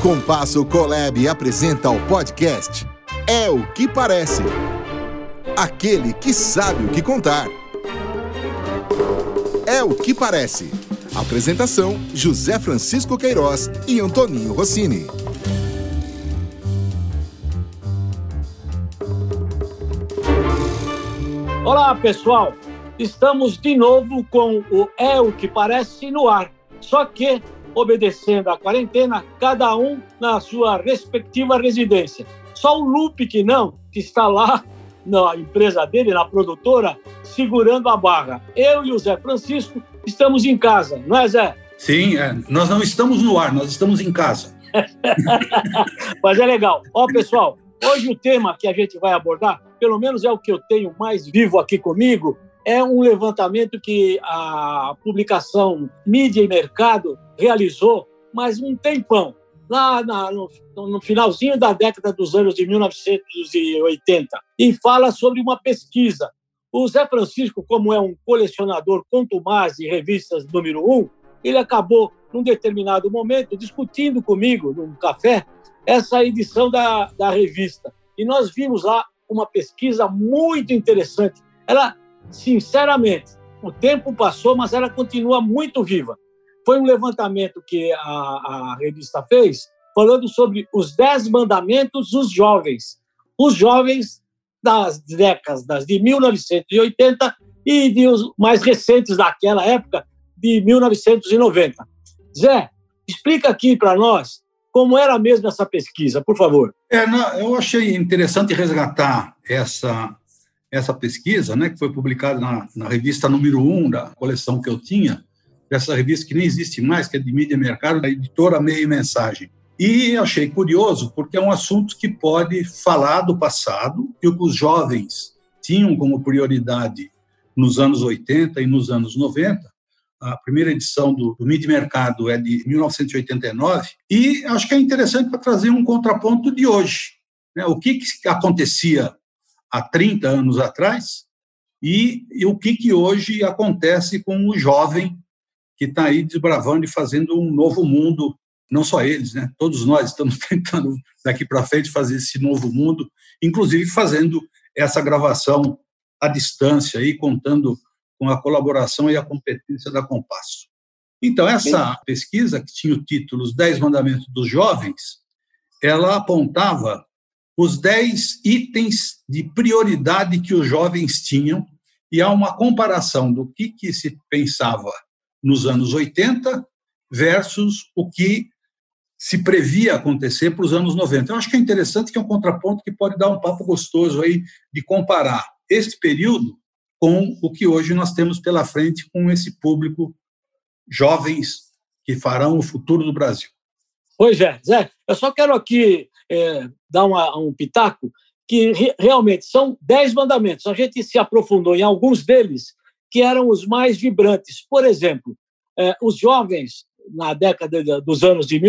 Compasso Colab apresenta o podcast É o que Parece. Aquele que sabe o que contar. É o que Parece. Apresentação: José Francisco Queiroz e Antoninho Rossini. Olá, pessoal! Estamos de novo com o É o que Parece no ar. Só que, obedecendo à quarentena, cada um na sua respectiva residência. Só o Lupe que está lá na empresa dele, na produtora, segurando a barra. Eu e o Zé Francisco estamos em casa, não é, Zé? Sim, nós não estamos no ar, nós estamos em casa. Mas é legal. Ó, pessoal, hoje o tema que a gente vai abordar, pelo menos é o que eu tenho mais vivo aqui comigo, é um levantamento que a publicação Mídia e Mercado realizou, mas um tempão, lá no finalzinho da década dos anos de 1980, e fala sobre uma pesquisa. O Zé Francisco, como é um colecionador contumaz de revistas número 1, ele acabou, num determinado momento, discutindo comigo, num café, essa edição da revista. E nós vimos lá uma pesquisa muito interessante. Ela, sinceramente, o tempo passou, mas ela continua muito viva. Foi um levantamento que a revista fez, falando sobre os 10 mandamentos dos jovens. Os jovens das décadas de 1980 e de os mais recentes daquela época, de 1990. Zé, explica aqui para nós como era mesmo essa pesquisa, por favor. Eu achei interessante resgatar essa pesquisa, né, que foi publicada na revista número 1 da coleção que eu tinha, essa revista que nem existe mais, que é de Mídia e Mercado, da editora Meio e Mensagem. E achei curioso, porque é um assunto que pode falar do passado, que os jovens tinham como prioridade nos anos 80 e nos anos 90. A primeira edição do Mídia e Mercado é de 1989, e acho que é interessante para trazer um contraponto de hoje, né? O que acontecia há 30 anos atrás e o que hoje acontece com o jovem que está aí desbravando e fazendo um novo mundo. Não só eles, né? Todos nós estamos tentando daqui para frente fazer esse novo mundo, inclusive fazendo essa gravação à distância e contando com a colaboração e a competência da Compasso. Então, essa pesquisa, que tinha o título Os 10 Mandamentos dos Jovens, ela apontava os 10 itens de prioridade que os jovens tinham, e há uma comparação do que se pensava nos anos 80 versus o que se previa acontecer para os anos 90. Eu acho que é interessante, que é um contraponto que pode dar um papo gostoso aí de comparar este período com o que hoje nós temos pela frente com esse público, jovens que farão o futuro do Brasil. Pois é, Zé, eu só quero aqui dar um pitaco, que realmente são 10 mandamentos. A gente se aprofundou em alguns deles, que eram os mais vibrantes. Por exemplo, os jovens, na década dos anos de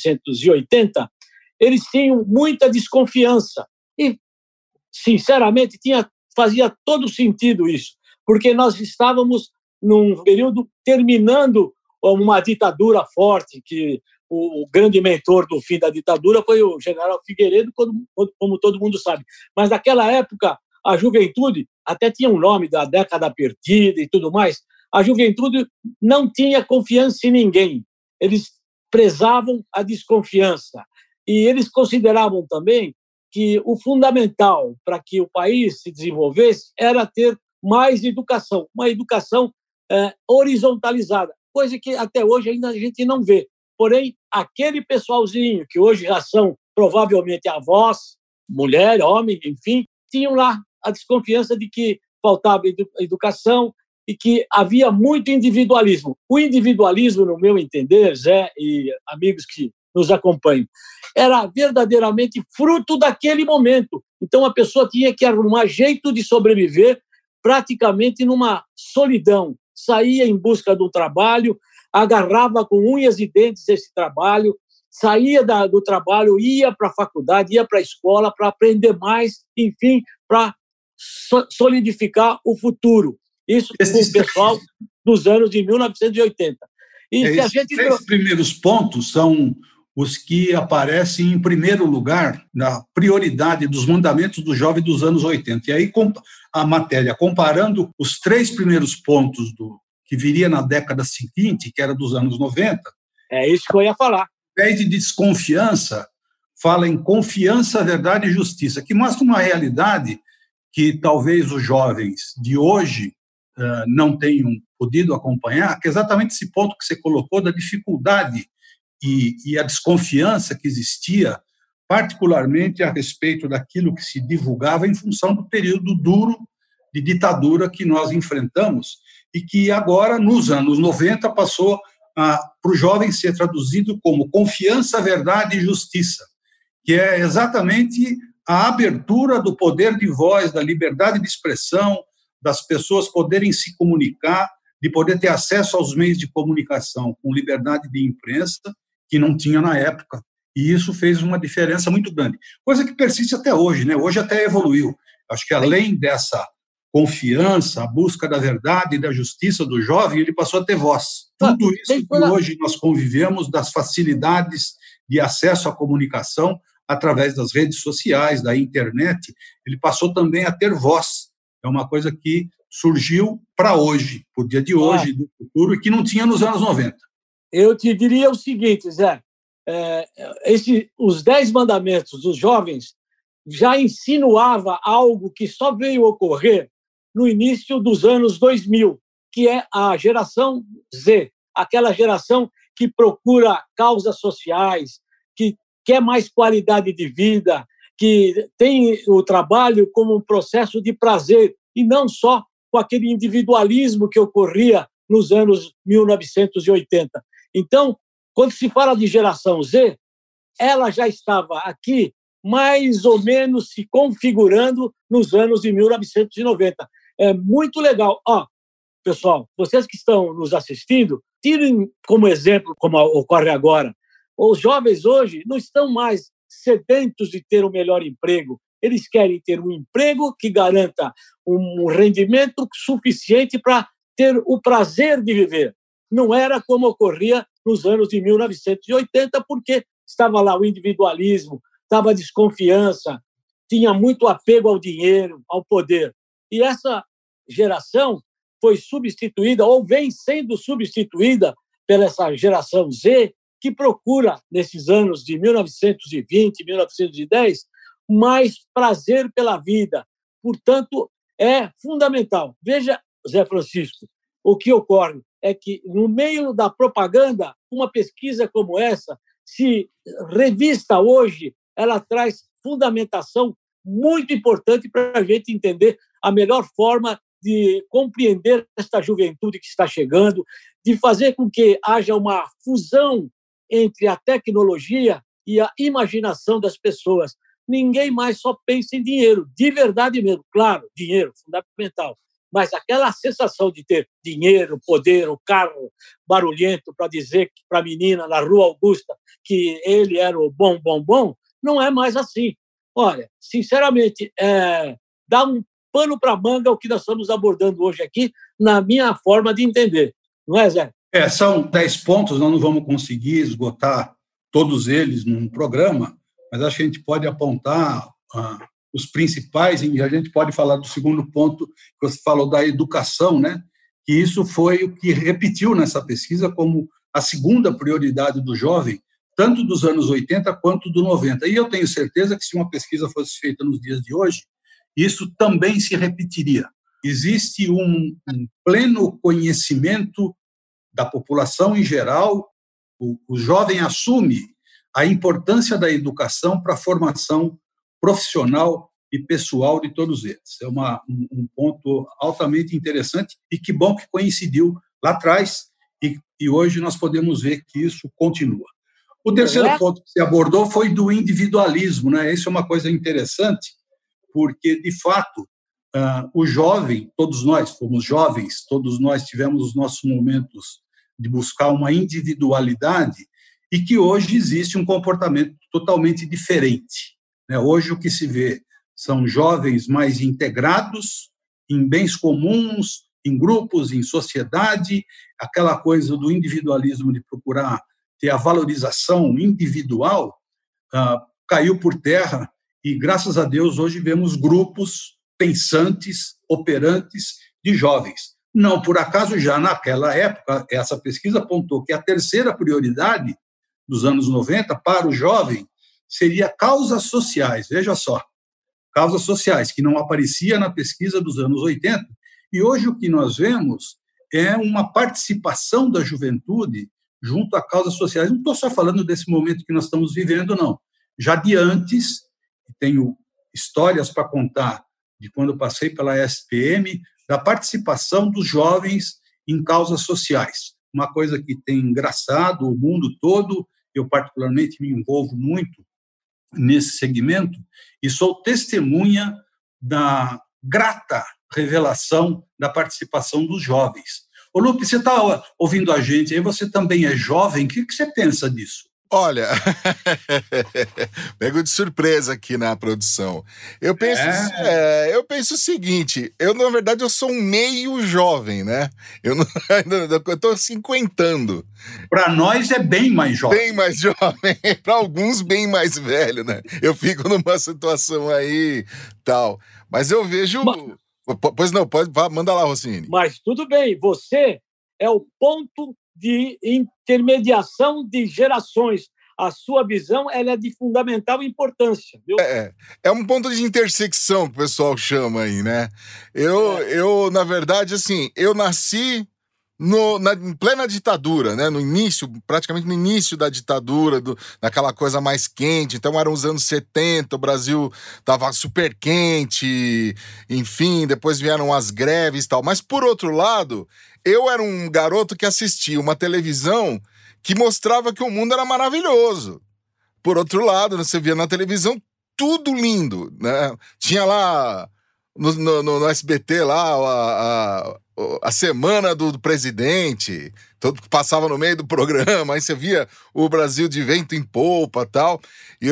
1980, eles tinham muita desconfiança. E, sinceramente, fazia todo sentido isso, porque nós estávamos num período terminando uma ditadura forte, que o grande mentor do fim da ditadura foi o general Figueiredo, como todo mundo sabe. Mas naquela época, a juventude até tinha um nome da década perdida e tudo mais. A juventude não tinha confiança em ninguém. Eles prezavam a desconfiança. E eles consideravam também que o fundamental para que o país se desenvolvesse era ter mais educação, uma educação horizontalizada, coisa que até hoje ainda a gente não vê. Porém, aquele pessoalzinho que hoje já são provavelmente avós, mulher, homem, enfim, tinham lá a desconfiança de que faltava educação e que havia muito individualismo. O individualismo, no meu entender, Zé e amigos que nos acompanham, era verdadeiramente fruto daquele momento. Então, a pessoa tinha que arrumar jeito de sobreviver praticamente numa solidão. Saía em busca do trabalho, agarrava com unhas e dentes esse trabalho, saía do trabalho, ia para a faculdade, ia para a escola para aprender mais, enfim, para solidificar o futuro. Isso com o pessoal dos anos de 1980. E se a gente... Esses primeiros pontos são os que aparecem em primeiro lugar na prioridade dos mandamentos do jovem dos anos 80. E aí a matéria, comparando os 3 primeiros pontos que viria na década seguinte, que era dos anos 90. É isso que eu ia falar. Ao invés de desconfiança, fala em confiança, verdade e justiça, que mostra uma realidade que talvez os jovens de hoje não tenham podido acompanhar, que é exatamente esse ponto que você colocou da dificuldade e a desconfiança que existia, particularmente a respeito daquilo que se divulgava em função do período duro de ditadura que nós enfrentamos e que agora, nos anos 90, passou para o jovem ser traduzido como confiança, verdade e justiça, que é exatamente a abertura do poder de voz, da liberdade de expressão, das pessoas poderem se comunicar, de poder ter acesso aos meios de comunicação com liberdade de imprensa, que não tinha na época. E isso fez uma diferença muito grande. Coisa que persiste até hoje, né? Hoje até evoluiu. Acho que além dessa confiança, a busca da verdade e da justiça do jovem, ele passou a ter voz. Tudo isso que hoje nós convivemos, das facilidades de acesso à comunicação através das redes sociais, da internet, ele passou também a ter voz. É uma coisa que surgiu para hoje, para o dia de hoje, do futuro, e que não tinha nos anos 90. Eu te diria o seguinte, Zé, os 10 mandamentos dos jovens já insinuava algo que só veio ocorrer no início dos anos 2000, que é a geração Z, aquela geração que procura causas sociais, que quer mais qualidade de vida, que tem o trabalho como um processo de prazer, e não só com aquele individualismo que ocorria nos anos 1980. Então, quando se fala de geração Z, ela já estava aqui mais ou menos se configurando nos anos de 1990. É muito legal. Pessoal, vocês que estão nos assistindo, tirem como exemplo, como ocorre agora, os jovens hoje não estão mais sedentos de ter o melhor emprego. Eles querem ter um emprego que garanta um rendimento suficiente para ter o prazer de viver. Não era como ocorria nos anos de 1980, porque estava lá o individualismo, estava a desconfiança, tinha muito apego ao dinheiro, ao poder. E essa geração foi substituída, ou vem sendo substituída, pela essa geração Z, que procura, nesses anos de 1920, 1910, mais prazer pela vida. Portanto, é fundamental. Veja, Zé Francisco, o que ocorre é que, no meio da propaganda, uma pesquisa como essa, se revista hoje, ela traz fundamentação muito importante para a gente entender a melhor forma de compreender esta juventude que está chegando, de fazer com que haja uma fusão entre a tecnologia e a imaginação das pessoas. Ninguém mais só pensa em dinheiro, de verdade mesmo. Claro, dinheiro, fundamental. Mas aquela sensação de ter dinheiro, poder, o carro barulhento para dizer para a menina na Rua Augusta que ele era o bom, não é mais assim. Olha, sinceramente, dá um pano para a manga o que nós estamos abordando hoje aqui, na minha forma de entender. Não é, Zé? São 10 pontos, nós não vamos conseguir esgotar todos eles num programa, mas acho que a gente pode apontar os principais, e a gente pode falar do segundo ponto, que você falou da educação, né? Que isso foi o que repetiu nessa pesquisa como a segunda prioridade do jovem, tanto dos anos 80 quanto do 90. E eu tenho certeza que se uma pesquisa fosse feita nos dias de hoje, isso também se repetiria. Existe um pleno conhecimento da população em geral, o jovem assume a importância da educação para a formação profissional e pessoal de todos eles. É um ponto altamente interessante e que bom que coincidiu lá atrás e hoje nós podemos ver que isso continua. O terceiro ponto que você abordou foi do individualismo, né? Isso é uma coisa interessante, porque, de fato, o jovem, todos nós fomos jovens, todos nós tivemos os nossos momentos de buscar uma individualidade e que hoje existe um comportamento totalmente diferente. Hoje o que se vê são jovens mais integrados em bens comuns, em grupos, em sociedade, aquela coisa do individualismo de procurar ter a valorização individual, caiu por terra e, graças a Deus, hoje vemos grupos pensantes, operantes de jovens. Não por acaso, já naquela época, essa pesquisa apontou que a terceira prioridade dos anos 90 para o jovem seria causas sociais. Veja só, causas sociais, que não aparecia na pesquisa dos anos 80. E hoje o que nós vemos é uma participação da juventude junto a causas sociais. Não estou só falando desse momento que nós estamos vivendo, não. Já de antes, tenho histórias para contar de quando passei pela SPM, da participação dos jovens em causas sociais. Uma coisa que tem engraçado o mundo todo, eu particularmente me envolvo muito nesse segmento e sou testemunha da grata revelação da participação dos jovens. Ô, Lupe, você está ouvindo a gente, aí você também é jovem, o que você pensa disso? Olha, pego de surpresa aqui na produção. Eu penso o seguinte, na verdade, eu sou um meio jovem, né? Eu estou cinquentando. Para nós é bem mais jovem. Bem mais jovem, para alguns bem mais velho, né? Eu fico numa situação aí, tal. Mas eu vejo... Pois não, manda lá, Rossini. Mas tudo bem, você é o ponto de intermediação de gerações. A sua visão ela é de fundamental importância, viu? É um ponto de intersecção que o pessoal chama aí, né? Eu na verdade, assim, eu nasci em plena ditadura, né? Praticamente no início da ditadura, naquela coisa mais quente. Então eram os anos 70, o Brasil estava super quente, enfim, depois vieram as greves e tal. Mas, por outro lado, eu era um garoto que assistia uma televisão que mostrava que o mundo era maravilhoso. Por outro lado, você via na televisão tudo lindo, né? Tinha lá no SBT lá a semana do presidente, todo que passava no meio do programa, aí você via o Brasil de vento em polpa e tal. E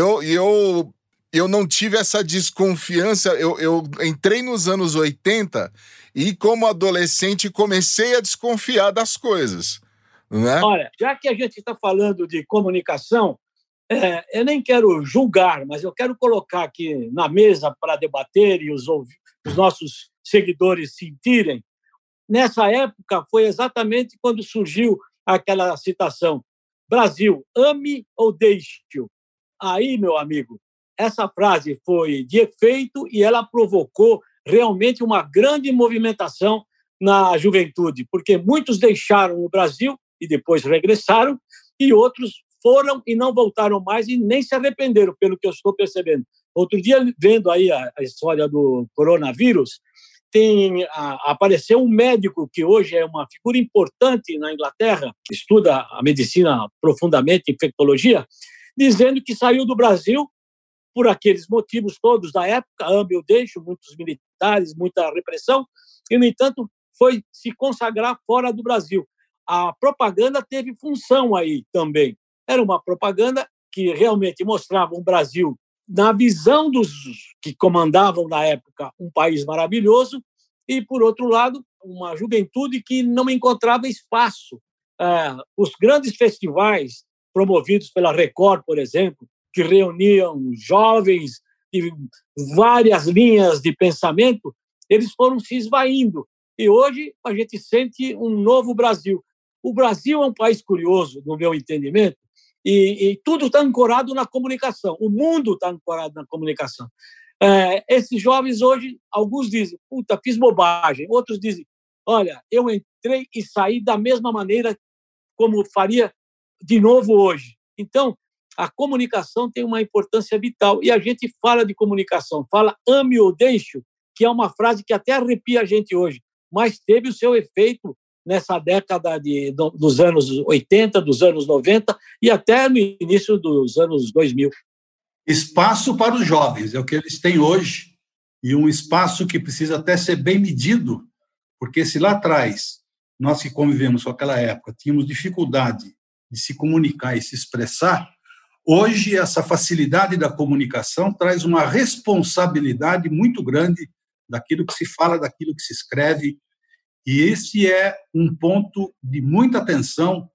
eu não tive essa desconfiança. Eu entrei nos anos 80 e, como adolescente, comecei a desconfiar das coisas, né? Olha, já que a gente está falando de comunicação, eu nem quero julgar, mas eu quero colocar aqui na mesa para debater e os nossos seguidores sentirem. Nessa época, foi exatamente quando surgiu aquela citação: Brasil, ame ou deixe-o. Aí, meu amigo, essa frase foi de efeito e ela provocou realmente uma grande movimentação na juventude, porque muitos deixaram o Brasil e depois regressaram, e outros foram e não voltaram mais e nem se arrependeram, pelo que eu estou percebendo. Outro dia, vendo aí a história do coronavírus, apareceu um médico que hoje é uma figura importante na Inglaterra, estuda a medicina profundamente, infectologia, dizendo que saiu do Brasil por aqueles motivos todos da época, ame ou deixe, muitos militares, muita repressão, e, no entanto, foi se consagrar fora do Brasil. A propaganda teve função aí também. Era uma propaganda que realmente mostrava um Brasil, na visão dos que comandavam na época, um país maravilhoso, e, por outro lado, uma juventude que não encontrava espaço. Os grandes festivais promovidos pela Record, por exemplo, que reuniam jovens de várias linhas de pensamento, eles foram se esvaindo. E hoje a gente sente um novo Brasil. O Brasil é um país curioso, no meu entendimento, e tudo está ancorado na comunicação. O mundo está ancorado na comunicação. Esses jovens hoje, alguns dizem, puta, fiz bobagem. Outros dizem, olha, eu entrei e saí da mesma maneira como faria de novo hoje. Então, a comunicação tem uma importância vital. E a gente fala de comunicação, fala ame ou deixe, que é uma frase que até arrepia a gente hoje, mas teve o seu efeito nessa década dos anos 80, dos anos 90 e até no início dos anos 2000. Espaço para os jovens, é o que eles têm hoje, e um espaço que precisa até ser bem medido, porque se lá atrás, nós que convivemos com aquela época, tínhamos dificuldade de se comunicar e se expressar, hoje essa facilidade da comunicação traz uma responsabilidade muito grande daquilo que se fala, daquilo que se escreve, e esse é um ponto de muita atenção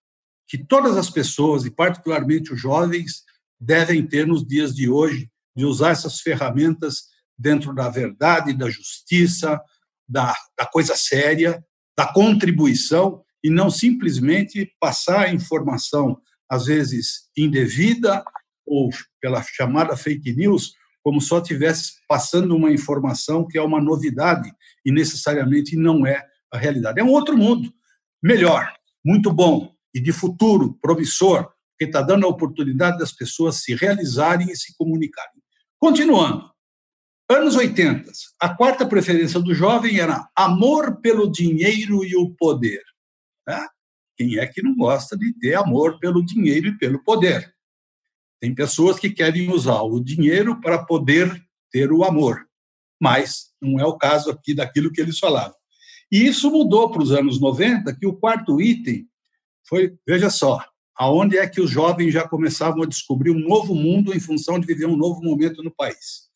que todas as pessoas, e particularmente os jovens, devem ter nos dias de hoje, de usar essas ferramentas dentro da verdade, da justiça, da coisa séria, da contribuição, e não simplesmente passar a informação, às vezes indevida, ou pela chamada fake news, como só estivesse passando uma informação que é uma novidade e necessariamente não é a realidade. É um outro mundo, melhor, muito bom e de futuro, promissor, que está dando a oportunidade das pessoas se realizarem e se comunicarem. Continuando, anos 80, a quarta preferência do jovem era amor pelo dinheiro e o poder. Né? Quem é que não gosta de ter amor pelo dinheiro e pelo poder? Tem pessoas que querem usar o dinheiro para poder ter o amor, mas não é o caso aqui daquilo que eles falavam. E isso mudou para os anos 90, que o quarto item foi, veja só, aonde é que os jovens já começavam a descobrir um novo mundo em função de viver um novo momento no país.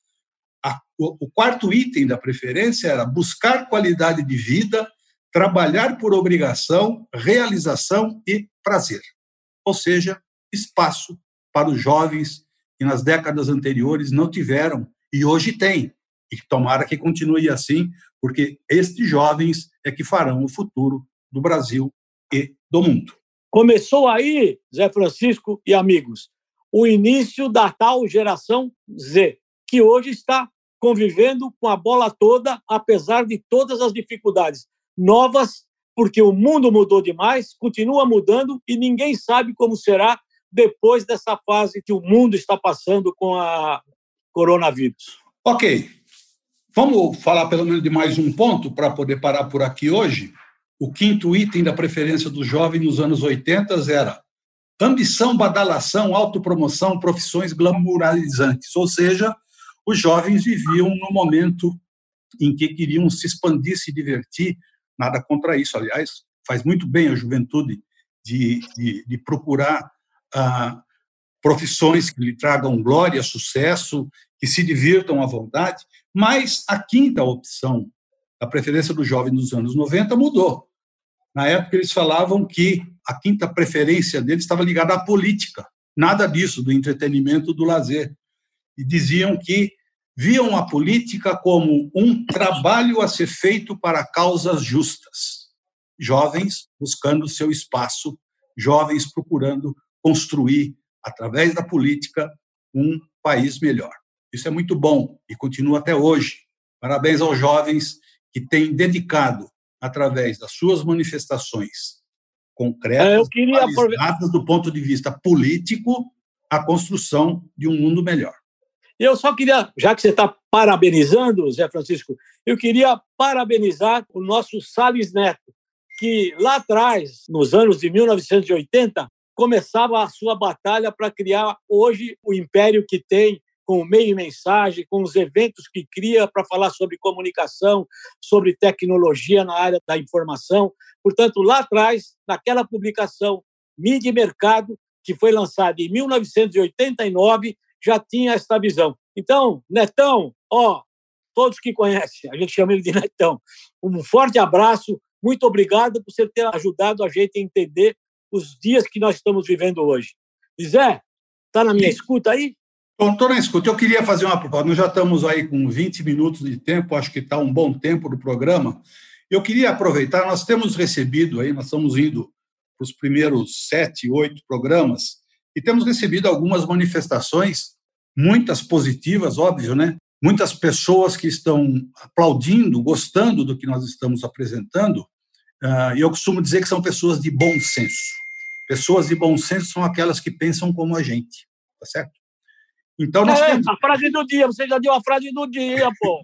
O quarto item da preferência era buscar qualidade de vida, trabalhar por obrigação, realização e prazer. Ou seja, espaço para os jovens que nas décadas anteriores não tiveram e hoje têm. E tomara que continue assim, porque estes jovens é que farão o futuro do Brasil e do mundo. Começou aí, Zé Francisco e amigos, o início da tal geração Z, que hoje está convivendo com a bola toda, apesar de todas as dificuldades novas, porque o mundo mudou demais, continua mudando e ninguém sabe como será depois dessa fase que o mundo está passando com a coronavírus. Ok. Vamos falar pelo menos de mais um ponto para poder parar por aqui hoje. O quinto item da preferência do jovem nos anos 80 era ambição, badalação, autopromoção, profissões glamourizantes. Ou seja, os jovens viviam no momento em que queriam se expandir, se divertir. Nada contra isso, aliás, faz muito bem a juventude de procurar profissões que lhe tragam glória, sucesso, que se divirtam à vontade, mas a quinta opção, a preferência do jovem nos anos 90, mudou. Na época, eles falavam que a quinta preferência deles estava ligada à política, nada disso, do entretenimento, do lazer. E diziam que viam a política como um trabalho a ser feito para causas justas. Jovens buscando seu espaço, jovens procurando construir, através da política, um país melhor. Isso é muito bom e continua até hoje. Parabéns aos jovens que têm dedicado, através das suas manifestações concretas, realizadas do ponto de vista político, a construção de um mundo melhor. Eu só queria, já que você está parabenizando, Zé Francisco, eu queria parabenizar o nosso Salles Neto, que lá atrás, nos anos de 1980, começava a sua batalha para criar hoje o império que tem, com o meio e mensagem, com os eventos que cria para falar sobre comunicação, sobre tecnologia na área da informação. Portanto, lá atrás, naquela publicação Mídia e Mercado, que foi lançada em 1989, já tinha esta visão. Então, Netão, todos que conhecem, a gente chama ele de Netão, um forte abraço, muito obrigado por você ter ajudado a gente a entender os dias que nós estamos vivendo hoje. E Zé, está na minha escuta aí? Estou na escuta. Eu queria fazer uma proposta. Nós já estamos aí com 20 minutos de tempo, acho que está um bom tempo do programa. Eu queria aproveitar, nós temos recebido aí, nós estamos indo para os primeiros 7, 8 programas, e temos recebido algumas manifestações, muitas positivas, óbvio, né? Muitas pessoas que estão aplaudindo, gostando do que nós estamos apresentando, e eu costumo dizer que são pessoas de bom senso. Pessoas de bom senso são aquelas que pensam como a gente, tá certo? Então, nós temos... A frase do dia, você já deu a frase do dia, pô.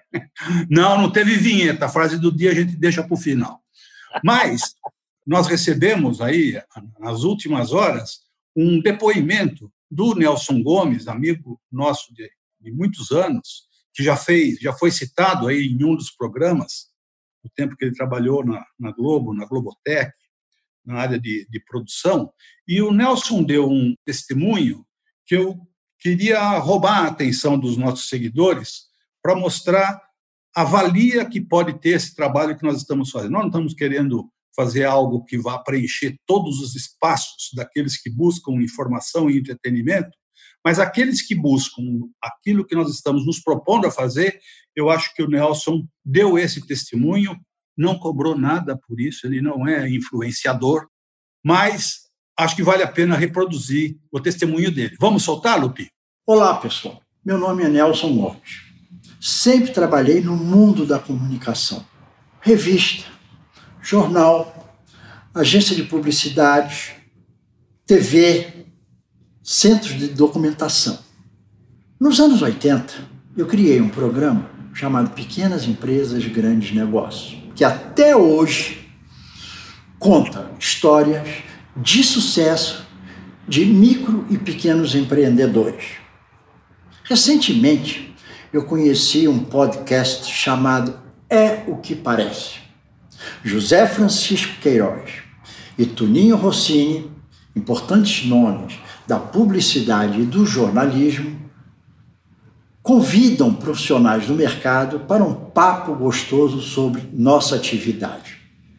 Não teve vinheta, a frase do dia a gente deixa para o final. Mas nós recebemos aí, nas últimas horas, um depoimento do Nelson Gomes, amigo nosso de muitos anos, que já foi citado aí em um dos programas, no tempo que ele trabalhou na Globo, na Globotech, na área de produção, e o Nelson deu um testemunho que eu queria roubar a atenção dos nossos seguidores para mostrar a valia que pode ter esse trabalho que nós estamos fazendo. Nós não estamos querendo fazer algo que vá preencher todos os espaços daqueles que buscam informação e entretenimento, mas aqueles que buscam aquilo que nós estamos nos propondo a fazer, eu acho que o Nelson deu esse testemunho, não cobrou nada por isso, ele não é influenciador, mas acho que vale a pena reproduzir o testemunho dele. Vamos soltar, Lupi? Olá, pessoal. Meu nome é Nelson Mortes. Sempre trabalhei no mundo da comunicação. Revista, jornal, agência de publicidade, TV, centros de documentação. Nos anos 80, eu criei um programa chamado Pequenas Empresas, Grandes Negócios, que até hoje conta histórias de sucesso de micro e pequenos empreendedores. Recentemente, eu conheci um podcast chamado É o que Parece. José Francisco Queiroz e Toninho Rossini, importantes nomes da publicidade e do jornalismo, convidam profissionais do mercado para um papo gostoso sobre nossa atividade.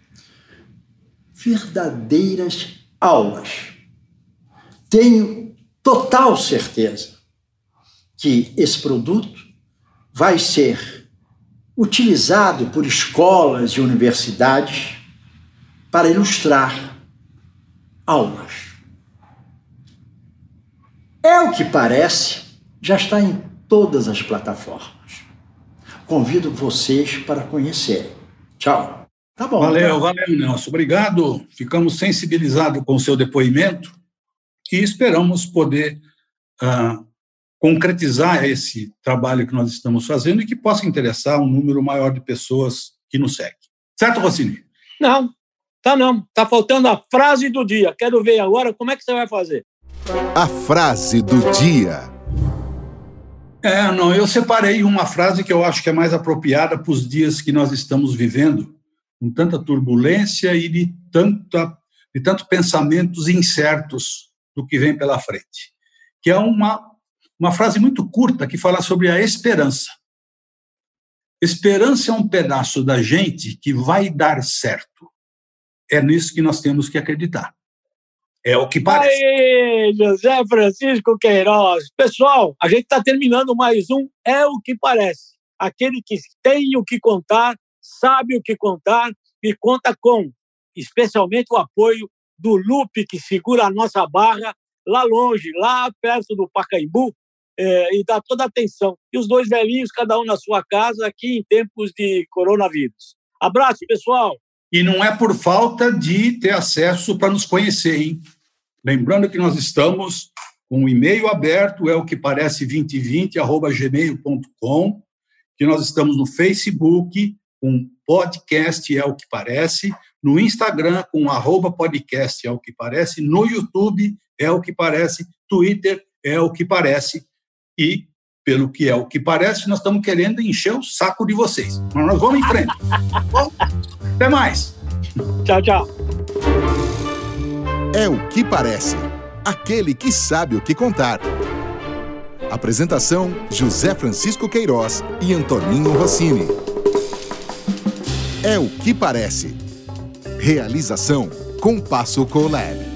Verdadeiras aulas. Tenho total certeza que esse produto vai ser utilizado por escolas e universidades para ilustrar aulas. É o que parece, já está em todas as plataformas. Convido vocês para conhecerem. Tchau. Tá bom. Valeu, Nelson. Obrigado. Ficamos sensibilizados com o seu depoimento e esperamos poder concretizar esse trabalho que nós estamos fazendo e que possa interessar um número maior de pessoas que nos seguem. Certo, Rossini? Não. Tá faltando a frase do dia. Quero ver agora como é que você vai fazer. A frase do dia. Eu separei uma frase que eu acho que é mais apropriada para os dias que nós estamos vivendo, com tanta turbulência e de tanto pensamentos incertos do que vem pela frente, que é uma frase muito curta que fala sobre a esperança. Esperança é um pedaço da gente que vai dar certo. É nisso que nós temos que acreditar. É o que parece. Aí, José Francisco Queiroz. Pessoal, a gente está terminando mais um É o que Parece. Aquele que tem o que contar, sabe o que contar e conta com, especialmente, o apoio do Lupe, que segura a nossa barra lá longe, lá perto do Pacaembu, e dá toda a atenção. E os dois velhinhos, cada um na sua casa, aqui em tempos de coronavírus. Abraço, pessoal! E não é por falta de ter acesso para nos conhecer, hein? Lembrando que nós estamos com o e-mail aberto, é o que parece 2020@gmail.com, que nós estamos no Facebook com podcast é o que parece, no Instagram com @podcast é o que parece, no YouTube é o que parece, Twitter é o que parece e pelo que é o que parece, nós estamos querendo encher o saco de vocês. Mas nós vamos em frente. Bom, até mais. Tchau, tchau. É o que parece. Aquele que sabe o que contar. Apresentação: José Francisco Queiroz e Antoninho Rossini. É o que parece. Realização: Compasso Colab.